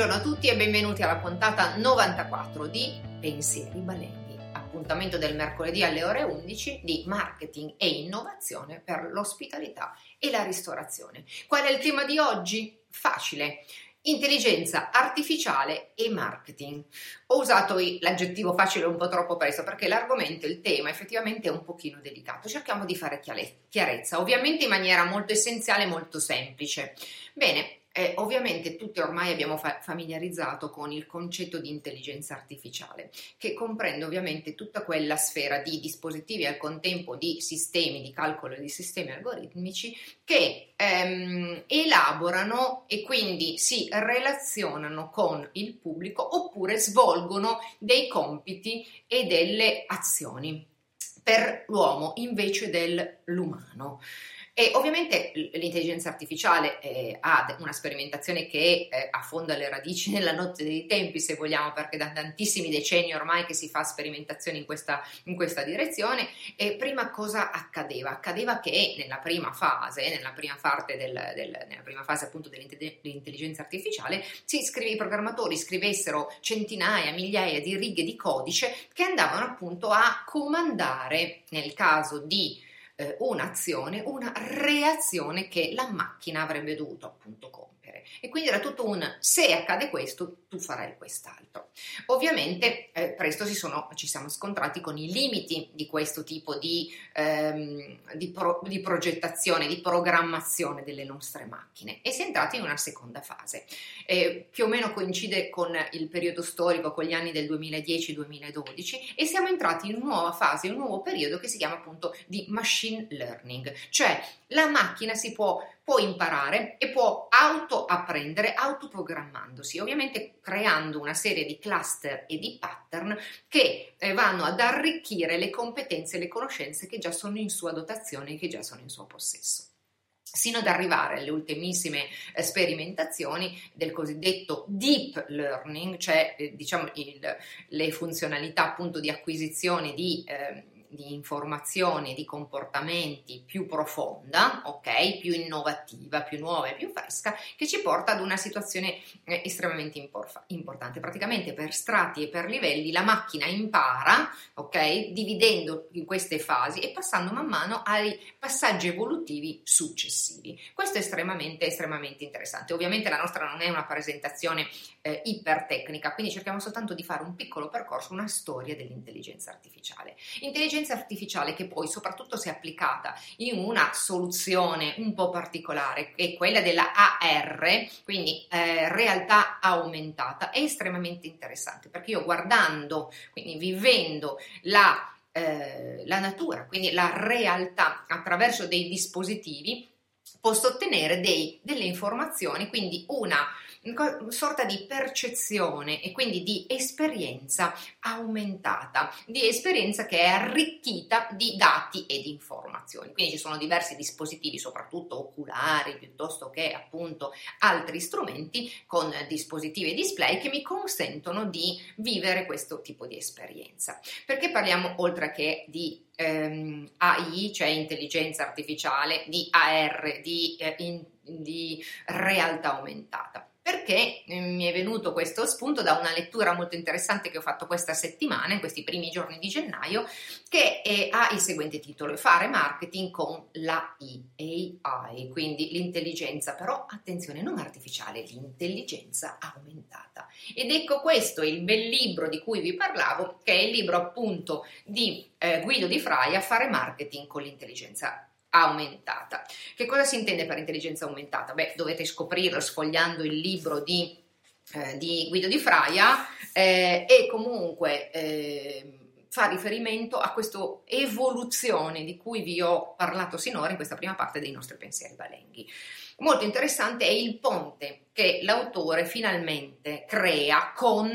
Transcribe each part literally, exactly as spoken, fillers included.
Buongiorno a tutti e benvenuti alla puntata novantaquattro di Pensieri Balenghi, appuntamento del mercoledì alle ore undici di marketing e innovazione per l'ospitalità e la ristorazione. Qual è il tema di oggi? Facile. Intelligenza artificiale e marketing. Ho usato l'aggettivo facile un po' troppo presto perché l'argomento, il tema effettivamente è un pochino delicato. Cerchiamo di fare chiarezza, ovviamente in maniera molto essenziale e molto semplice. Bene, eh, ovviamente tutti ormai abbiamo fa- familiarizzato con il concetto di intelligenza artificiale, che comprende ovviamente tutta quella sfera di dispositivi al contempo, di sistemi di calcolo e di sistemi algoritmici che ehm, elaborano e quindi si relazionano con il pubblico oppure svolgono dei compiti e delle azioni per l'uomo invece dell'umano. E ovviamente l'intelligenza artificiale eh, ha una sperimentazione che eh, affonda le radici nella notte dei tempi, se vogliamo, perché da tantissimi decenni ormai che si fa sperimentazione in questa, in questa direzione. E prima cosa accadeva? Accadeva che nella prima fase, nella prima parte del, del, nella prima fase appunto dell'intelligenza artificiale, si scrive, i programmatori scrivessero centinaia, migliaia di righe di codice che andavano appunto a comandare, nel caso di un'azione, una reazione che la macchina avrebbe dovuto appunto compiere. E quindi era tutto un: se accade questo, tu farai quest'altro. Ovviamente eh, presto si sono, ci siamo scontrati con i limiti di questo tipo di, ehm, di, pro, di progettazione, di programmazione delle nostre macchine e si è entrati in una seconda fase. Eh, più o meno coincide con il periodo storico, con gli anni del duemiladieci duemiladodici, e siamo entrati in una nuova fase, in un nuovo periodo che si chiama appunto di machine learning, cioè la macchina si può, può imparare e può auto-apprendere autoprogrammandosi, ovviamente creando una serie di cluster e di pattern che eh, vanno ad arricchire le competenze e le conoscenze che già sono in sua dotazione e che già sono in suo possesso, sino ad arrivare alle ultimissime eh, sperimentazioni del cosiddetto deep learning, cioè eh, diciamo il, le funzionalità appunto di acquisizione di eh, di informazioni, di comportamenti più profonda, ok, più innovativa, più nuova e più fresca, che ci porta ad una situazione eh, estremamente impor- importante. Praticamente per strati e per livelli la macchina impara, ok, dividendo in queste fasi e passando man mano ai passaggi evolutivi successivi. Questo è estremamente, estremamente interessante. Ovviamente la nostra non è una presentazione eh, ipertecnica, quindi cerchiamo soltanto di fare un piccolo percorso, una storia dell'intelligenza artificiale. Intelligenza artificiale che poi, soprattutto se applicata in una soluzione un po' particolare, che è quella della A R, quindi eh, realtà aumentata, è estremamente interessante, perché io guardando, quindi vivendo la, eh, la natura, quindi la realtà attraverso dei dispositivi, posso ottenere dei, delle informazioni, quindi una sorta di percezione e quindi di esperienza aumentata, di esperienza che è arricchita di dati e di informazioni. Quindi ci sono diversi dispositivi, soprattutto oculari, piuttosto che appunto altri strumenti con dispositivi e display che mi consentono di vivere questo tipo di esperienza. Perché parliamo, oltre che di ehm, A I, cioè intelligenza artificiale, di A R, di, eh, in, di realtà aumentata? Perché mi è venuto questo spunto da una lettura molto interessante che ho fatto questa settimana, in questi primi giorni di gennaio, che è, ha il seguente titolo: Fare marketing con l'A I, A I, quindi l'intelligenza, però attenzione, non artificiale, l'intelligenza aumentata. Ed ecco, questo è il bel libro di cui vi parlavo, che è il libro appunto di eh, Guido Di Fraia, Fare marketing con l'intelligenza aumentata. Che cosa si intende per intelligenza aumentata? Beh, dovete scoprirlo sfogliando il libro di, eh, di Guido Di Fraia eh, e comunque eh, fa riferimento a questa evoluzione di cui vi ho parlato sinora in questa prima parte dei nostri pensieri balenghi. Molto interessante è il ponte che l'autore finalmente crea con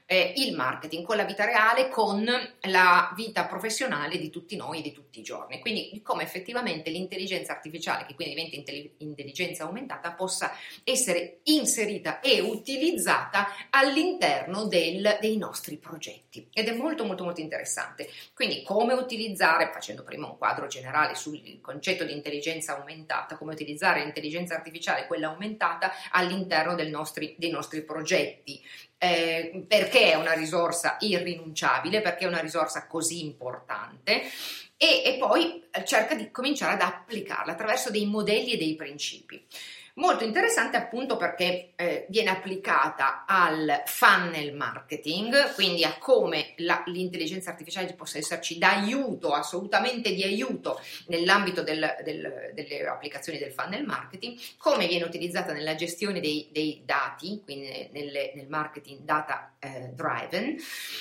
eh, il marketing con la vita reale, con la vita professionale di tutti noi, di tutti i giorni. Quindi come effettivamente l'intelligenza artificiale, che quindi diventa intelligenza aumentata, possa essere inserita e utilizzata all'interno del, dei nostri progetti. Ed è molto molto molto interessante. Quindi come utilizzare, facendo prima un quadro generale sul concetto di intelligenza aumentata, come utilizzare l'intelligenza artificiale, quella aumentata, all'interno del nostri, dei nostri progetti. Eh, perché è una risorsa irrinunciabile, perché è una risorsa così importante, e, e poi cerca di cominciare ad applicarla attraverso dei modelli e dei principi. Molto interessante appunto perché eh, viene applicata al funnel marketing, quindi a come la, l'intelligenza artificiale possa esserci d'aiuto, assolutamente di aiuto nell'ambito del, del, delle applicazioni del funnel marketing, come viene utilizzata nella gestione dei, dei dati, quindi nelle, nel marketing data eh, driven,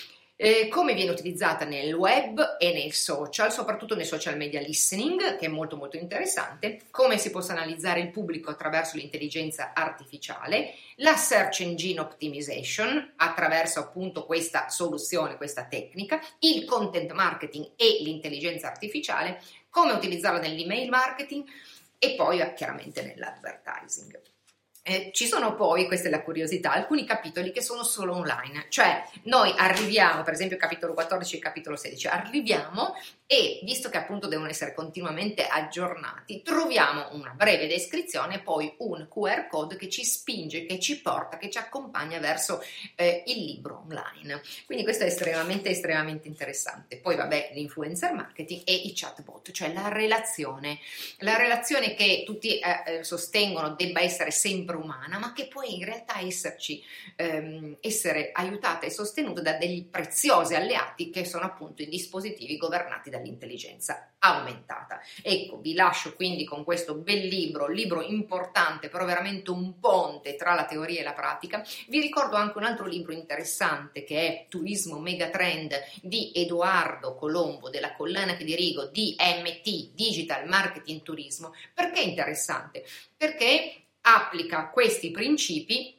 Eh, come viene utilizzata nel web e nei social, soprattutto nei social media listening, che è molto molto interessante, come si possa analizzare il pubblico attraverso l'intelligenza artificiale, la search engine optimization attraverso appunto questa soluzione, questa tecnica, il content marketing e l'intelligenza artificiale, come utilizzarla nell'email marketing e poi chiaramente nell'advertising. Eh, ci sono poi, questa è la curiosità, alcuni capitoli che sono solo online, cioè noi arriviamo, per esempio il capitolo quattordici e il capitolo sedici, arriviamo e visto che appunto devono essere continuamente aggiornati, troviamo una breve descrizione e poi un Q R code che ci spinge, che ci porta, che ci accompagna verso eh, il libro online. Quindi questo è estremamente estremamente interessante. Poi vabbè, l'influencer marketing e i chatbot, cioè la relazione, la relazione che tutti eh, sostengono debba essere sempre umana, ma che può in realtà esserci, ehm, essere aiutata e sostenuta da degli preziosi alleati che sono appunto i dispositivi governati dall'intelligenza aumentata. Ecco, vi lascio quindi con questo bel libro, libro importante, però veramente un ponte tra la teoria e la pratica. Vi ricordo anche un altro libro interessante che è Turismo Megatrend di Edoardo Colombo, della collana che dirigo, D M T, Digital Marketing Turismo. Perché è interessante? Perché applica questi principi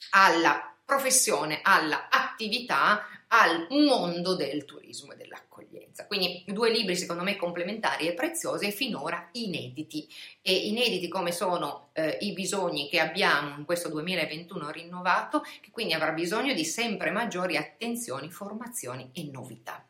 alla professione, alla attività, al mondo del turismo e dell'accoglienza. Quindi due libri secondo me complementari e preziosi e finora inediti. E inediti come sono eh, i bisogni che abbiamo in questo duemilaventuno rinnovato, che quindi avrà bisogno di sempre maggiori attenzioni, formazioni e novità.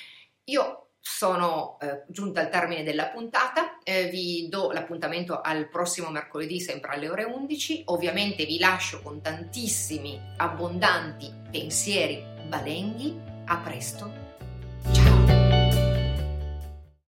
Io sono eh, giunta al termine della puntata, eh, vi do l'appuntamento al prossimo mercoledì sempre alle ore undici, ovviamente vi lascio con tantissimi abbondanti pensieri balenghi, a presto, ciao!